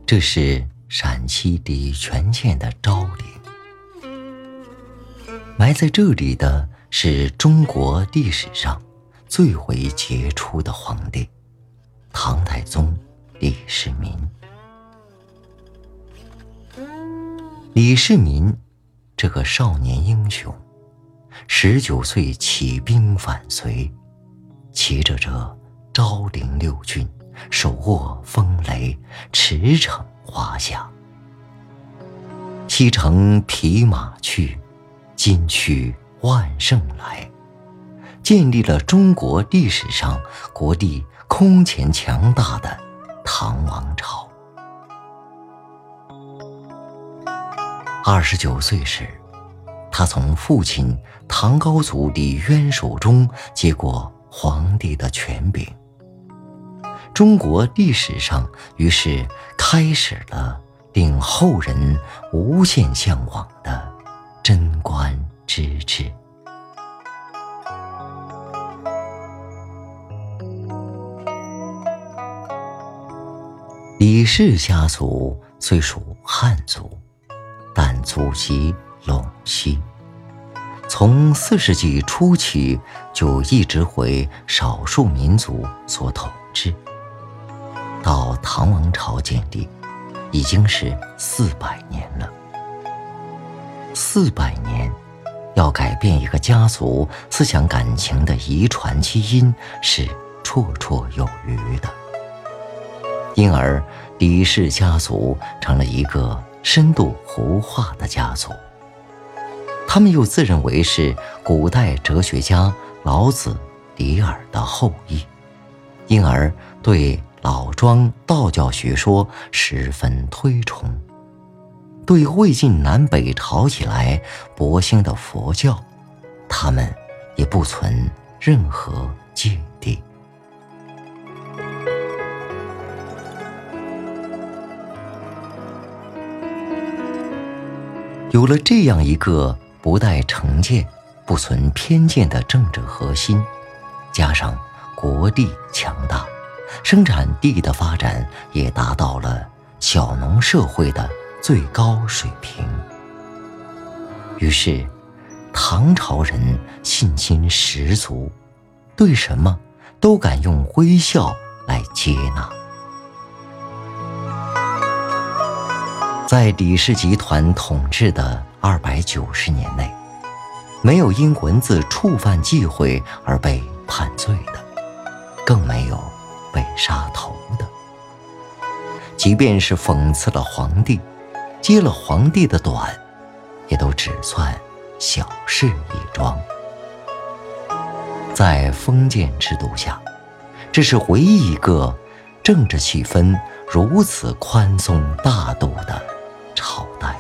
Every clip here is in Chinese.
这是陕西礼泉县的昭陵。埋在这里的是中国历史上最为杰出的皇帝，唐太宗李世民。李世民这个少年英雄，19岁起兵反隋，骑着这昭陵六骏，手握风雷，驰骋华夏。西乘匹马去，今去万乘来，建立了中国历史上国力空前强大的唐王朝。29岁时，他从父亲唐高祖李渊手中接过皇帝的权柄。中国历史上于是开始了令后人无限向往的贞观之治。李氏家族虽属汉族，但祖籍陇西，从4世纪初期就一直为少数民族所统治，到唐王朝建立已经是400年了。400年要改变一个家族思想感情的遗传基因是绰绰有余的，因而李氏家族成了一个深度胡化的家族。他们又自认为是古代哲学家老子、李耳的后裔，因而对老庄道教学说十分推崇，对魏晋南北朝以来勃兴的佛教，他们也不存任何芥蒂。有了这样一个不带成见、不存偏见的政治核心，加上国力强大，生产力的发展也达到了小农社会的最高水平。于是唐朝人信心十足，对什么都敢用微笑来接纳。在李氏集团统治的290年内，没有因文字触犯忌讳而被判罪的，更没有被杀头的。即便是讽刺了皇帝，揭了皇帝的短，也都只算小事一桩。在封建制度下，这是唯一一个政治气氛如此宽松大度的朝代。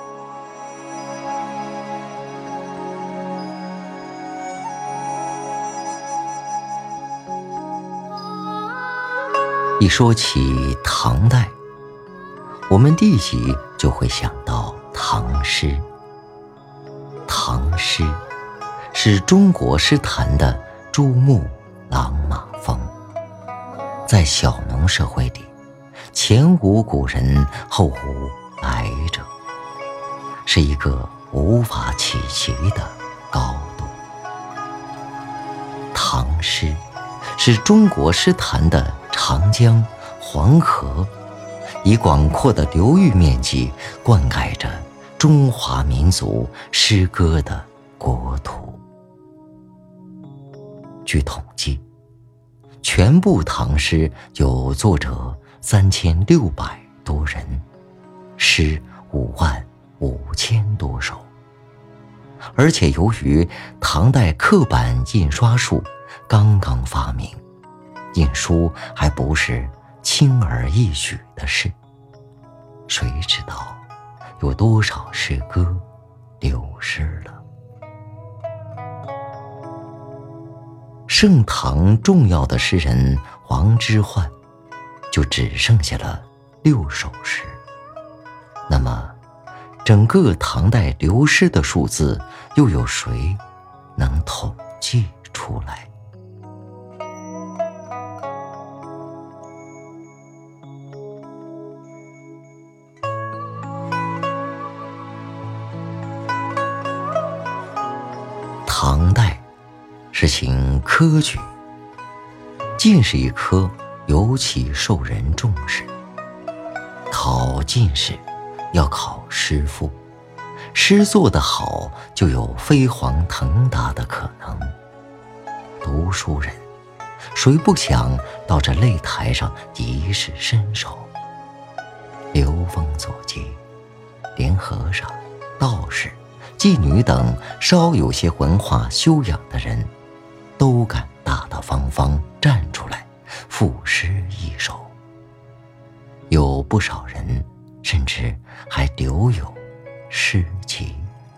一说起唐代，我们立即就会想到唐诗。唐诗是中国诗坛的珠穆朗玛峰，在小农社会里，前无古人后无来者，是一个无法企及的高度。唐诗是中国诗坛的长江、黄河，以广阔的流域面积灌溉着中华民族诗歌的国土。据统计，全部唐诗有作者3600多人，诗55000多首。而且由于唐代刻板印刷术刚刚发明，印书还不是轻而易举的事，谁知道有多少诗歌流失了。盛唐重要的诗人王之涣就只剩下了6首诗，那么整个唐代流失的数字又有谁能统计出来？ 唐代实行科举，进士一科尤其受人重视。考进士要考诗赋，诗做得好就有飞黄腾达的可能。读书人谁不想到这擂台上一试身手？流风左街，连和尚、道士、妓女等稍有些文化修养的人，都敢大大方方站出来赋诗一首。有不少人甚至还留有诗集。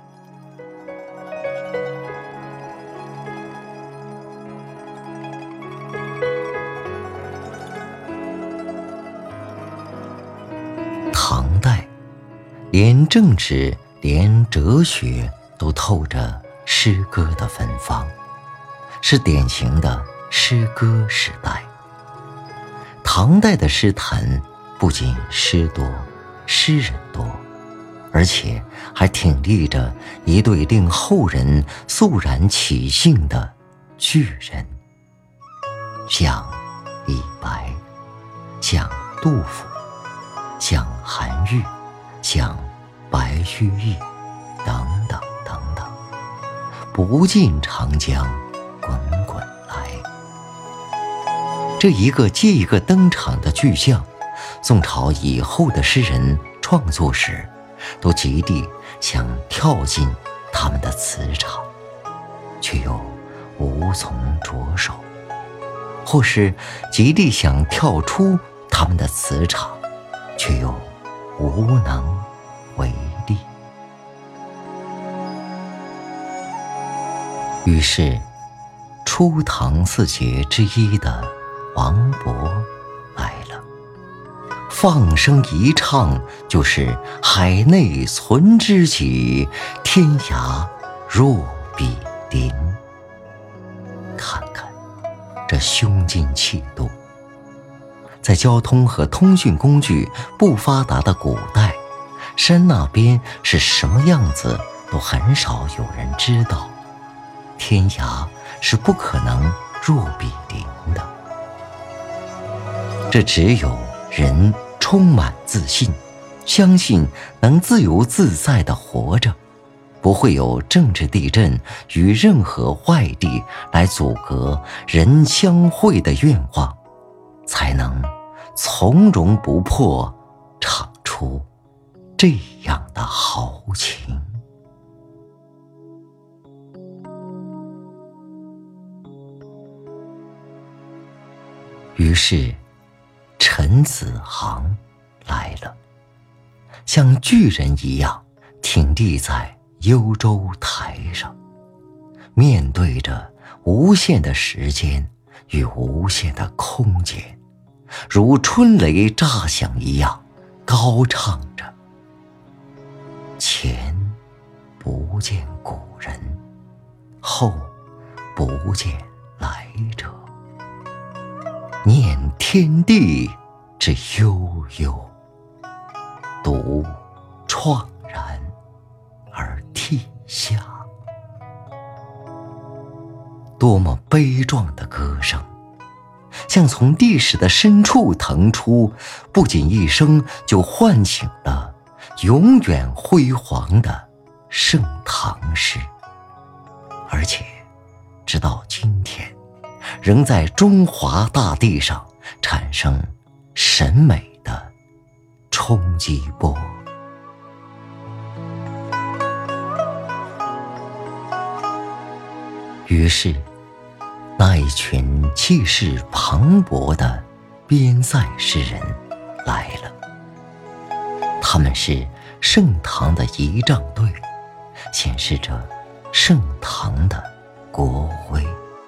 唐代连政治连哲学都透着诗歌的芬芳，是典型的诗歌时代。唐代的诗坛不仅诗多诗人多，而且还挺立着一对令后人肃然起敬的巨人，像李白，像杜甫，像韩愈，像白居易，等等等等，不尽长江滚滚来。这一个接一个登场的巨匠，宋朝以后的诗人创作时，都极力想跳进他们的词场，却又无从着手，或是极力想跳出他们的词场，却又无能为力。于是初唐四杰之一的王勃来了，放声一唱就是海内存知己，天涯若比邻。看看这胸襟气度，在交通和通讯工具不发达的古代，山那边是什么样子都很少有人知道，天涯是不可能若比邻的。这只有人充满自信，相信能自由自在地活着，不会有政治地震与任何外力来阻隔人相会的愿望，才能从容不迫唱出这样的豪情。于是陈子航来了，像巨人一样挺立在幽州台上，面对着无限的时间与无限的空间，如春雷炸响一样高唱着：前不见古人，后不见来者，念天地之悠悠，独怆然而涕下。多么悲壮的歌声，像从历史的深处腾出，不仅一声就唤醒了永远辉煌的盛唐诗，而且直到今天仍在中华大地上产生审美的冲击波。于是那一群气势磅礴的边塞诗人来了，他们是盛唐的仪仗队，显示着盛唐的国威。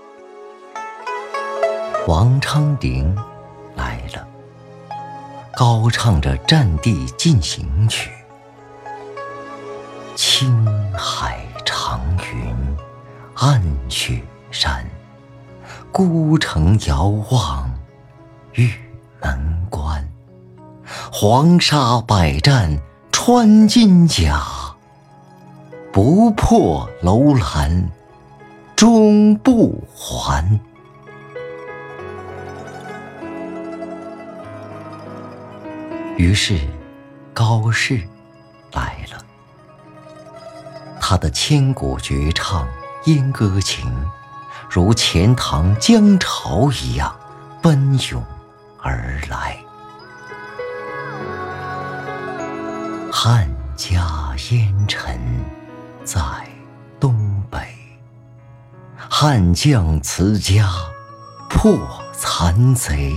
王昌龄来了，高唱着《战地进行曲》：青海长云暗雪山，孤城遥望玉门关。黄沙百战穿金甲，不破楼兰终不还。于是高适来了，他的千古绝唱《燕歌情》，如钱塘江潮一样奔涌而来。汉家烟尘在东北，汉将辞家破残贼。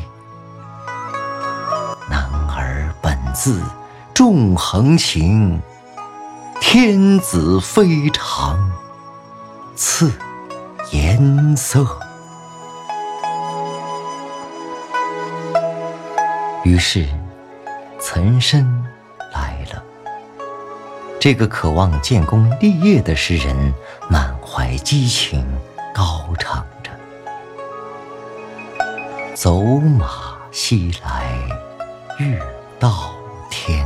男儿本自纵横行，天子非常赐颜色。于是岑参来了，这个渴望建功立业的诗人满怀激情，高唱着：走马西来欲到天，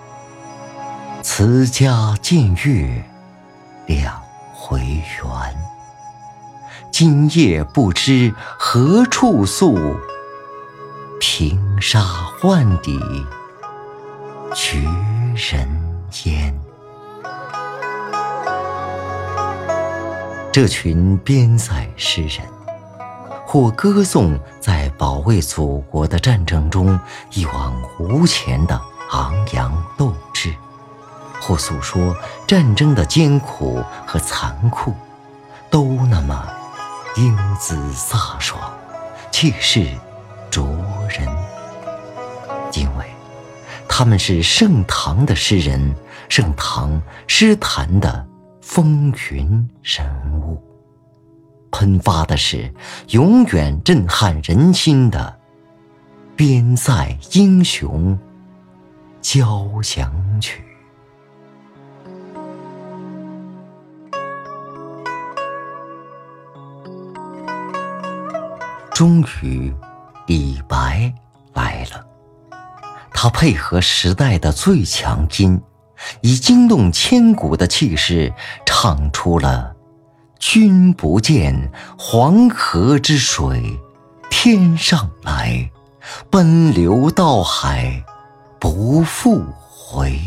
辞家见月两回圆。今夜不知何处宿，平沙换底绝人烟。这群边塞诗人，或歌颂在保卫祖国的战争中一往无前的昂扬斗志，或诉说战争的艰苦和残酷，都那么英姿飒爽，气势灼人。因为他们是盛唐的诗人，盛唐诗坛的风云人物，喷发的是永远震撼人心的边塞英雄交响曲。终于李白来了，他配合时代的最强音，以惊动千古的气势唱出了君不见黄河之水天上来，奔流到海不复回。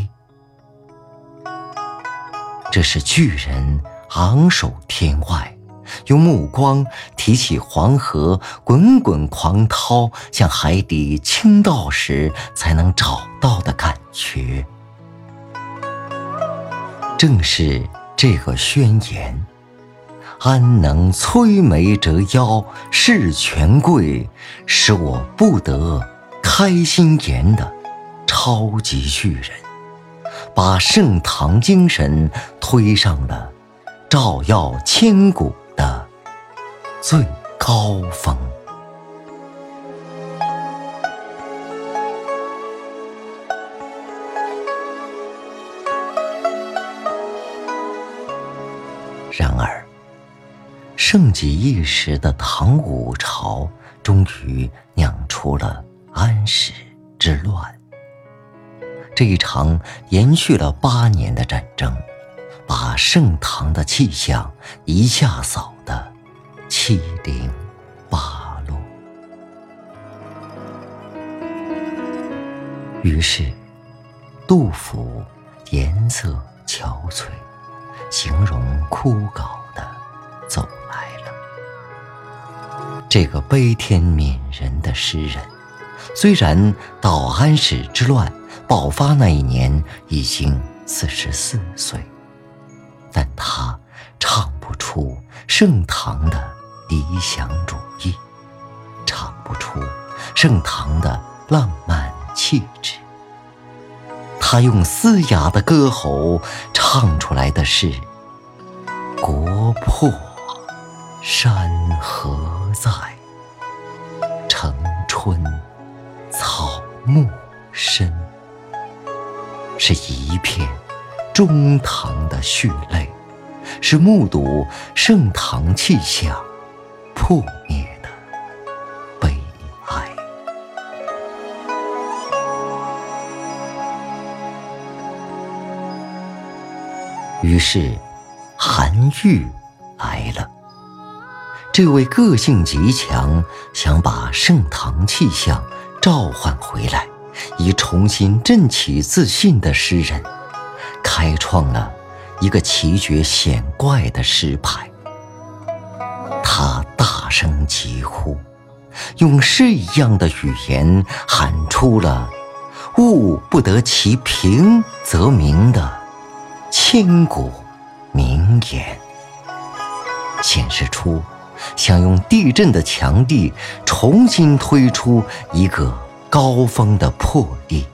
这是巨人昂首天外，用目光提起黄河滚滚狂涛向海底倾倒时才能找到的感觉。正是这个宣言：安能摧眉折腰事权贵，使我不得开心颜的超级巨人，把盛唐精神推上了照耀千古的最高峰。然而盛极一时的唐武朝终于酿出了安史之乱。这一场延续了8年的战争，把盛唐的气象一下扫得七零八落。于是杜甫颜色憔悴，形容枯槁地走来了。这个悲天悯人的诗人，虽然到安史之乱爆发那一年已经44岁，但他唱不出盛唐的理想主义，唱不出盛唐的浪漫气质。他用嘶哑的歌喉唱出来的是国破山河在，城春草木深，是一片中唐的血泪，是目睹盛唐气象破灭的悲哀。于是韩愈来了， 这位个性极强，想把盛唐气象召唤回来，以重新振起自信的诗人，开创了一个奇绝险怪的诗派。他大声疾呼，用诗一样的语言喊出了“物不得其平则鸣”的千古名言，显示出想用地震的强地重新推出一个高峰的魄力。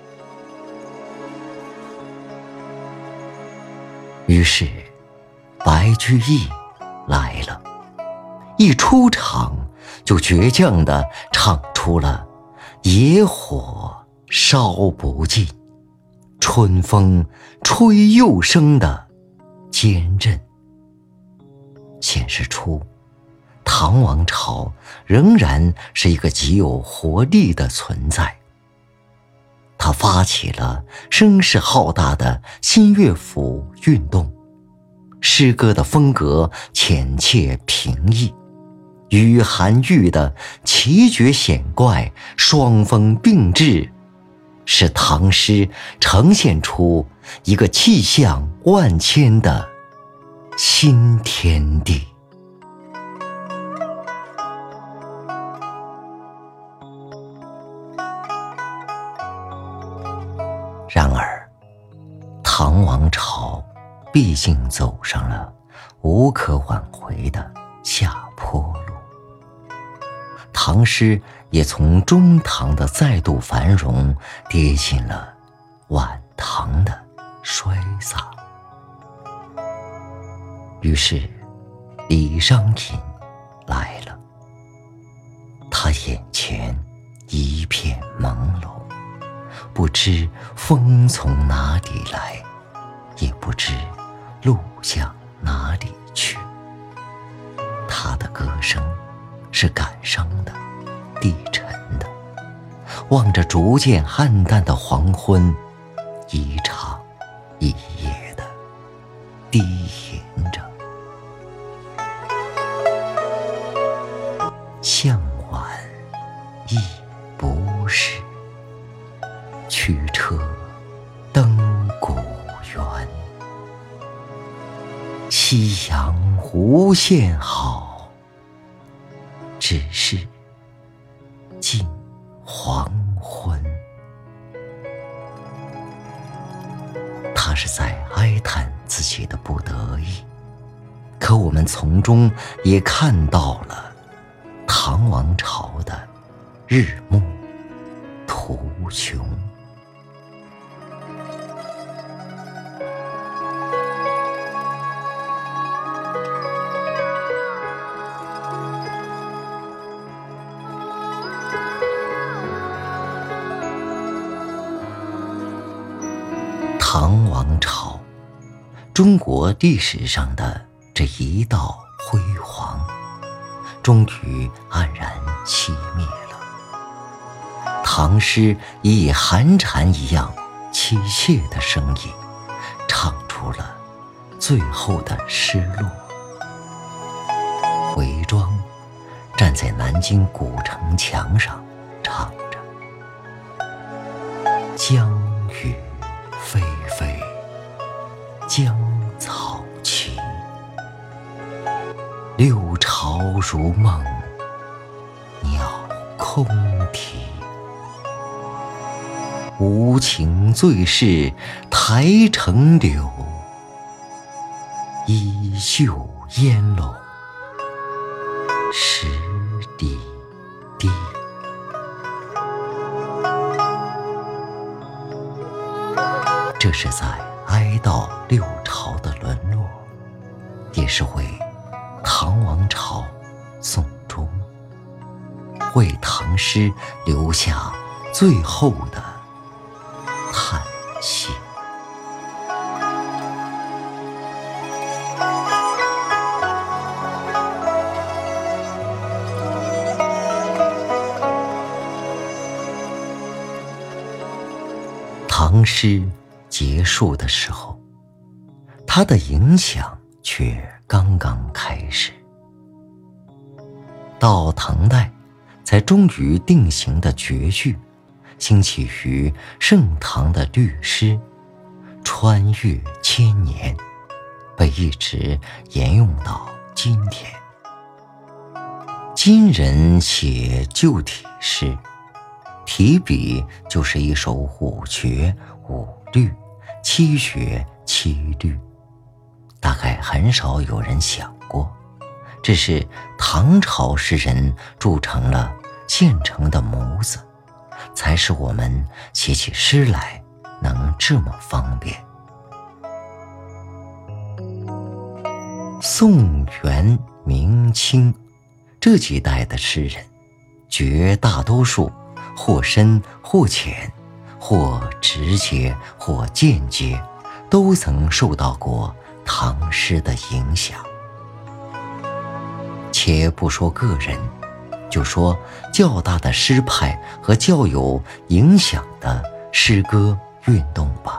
于是白居易来了，一出场就倔强地唱出了野火烧不尽，春风吹又生的坚韧，显示出唐王朝仍然是一个极有活力的存在。他发起了声势浩大的新乐府运动，诗歌的风格浅切平易，与韩愈的奇绝险怪双峰并峙，使唐诗呈现出一个气象万千的新天地。然而，唐王朝毕竟走上了无可挽回的下坡路，唐诗也从中唐的再度繁荣跌进了晚唐的衰洒。于是李商隐来了，他眼前一片朦胧，不知风从哪里来，也不知路向哪里去。他的歌声是感伤的，低沉的，望着逐渐暗淡的黄昏，一场一夜的低吟着。向晚意不适，驱车登古原。夕阳无限好，只是近黄昏。他是在哀叹自己的不得已，可我们从中也看到了唐王朝的日暮途穷。唐王朝，中国历史上的这一道辉煌，终于黯然熄灭了。唐诗以寒蝉一样凄切的声音，唱出了最后的失落。韦庄站在南京古城墙上，唱着：江雨霏霏，江草齐，六朝如梦，鸟空啼。无情最是台城柳，衣袖烟笼十里堤。这是在哀悼六朝的沦落，也是为唐王朝送终，为唐诗留下最后的叹息。唐诗结束的时候，它的影响却刚刚开始。 到唐代才终于定型的绝句，兴起于盛唐的律诗，穿越千年，被一直沿用到今天。今人写旧体诗，提笔就是一首五绝五律七绝七律，大概很少有人想过，这是唐朝诗人铸成了现成的模子，才使我们写起诗来能这么方便。宋元明清这几代的诗人，绝大多数或深或浅，或直接或间接，都曾受到过唐诗的影响。且不说个人，就说较大的诗派和较有影响的诗歌运动吧。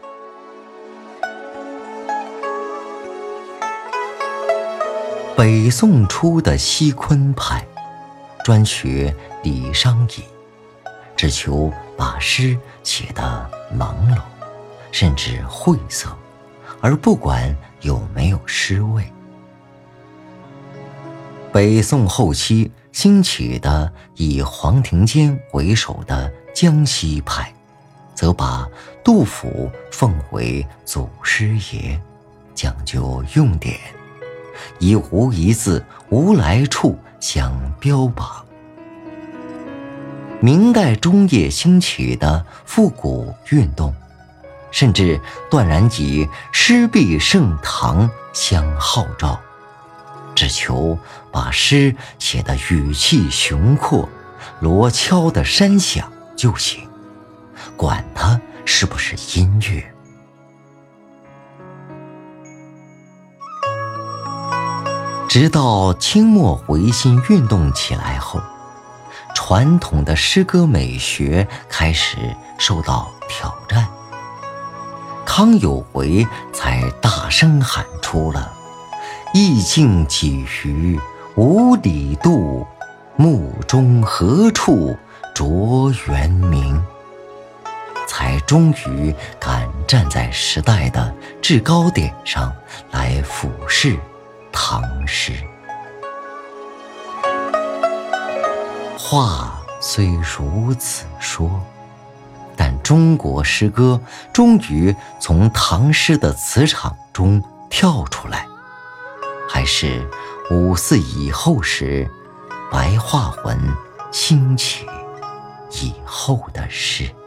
北宋初的西昆派，专学李商隐，只求把诗写得朦胧，甚至晦涩，而不管有没有诗味。北宋后期兴起的以黄庭坚为首的江西派，则把杜甫奉为祖师爷，讲究用典，以无一字无来处相标榜。明代中叶兴起的复古运动，甚至断然以诗必盛唐相号召，只求把诗写得语气雄阔，锣敲的山响就行，管它是不是音乐。直到清末维新运动起来后，传统的诗歌美学开始受到挑战，康有为才大声喊出了意境几余无里度，目中何处着圆明，才终于敢站在时代的制高点上来俯视唐诗。话虽如此说，但中国诗歌终于从唐诗的磁场中跳出来，还是5·4以后时白话文兴起以后的事。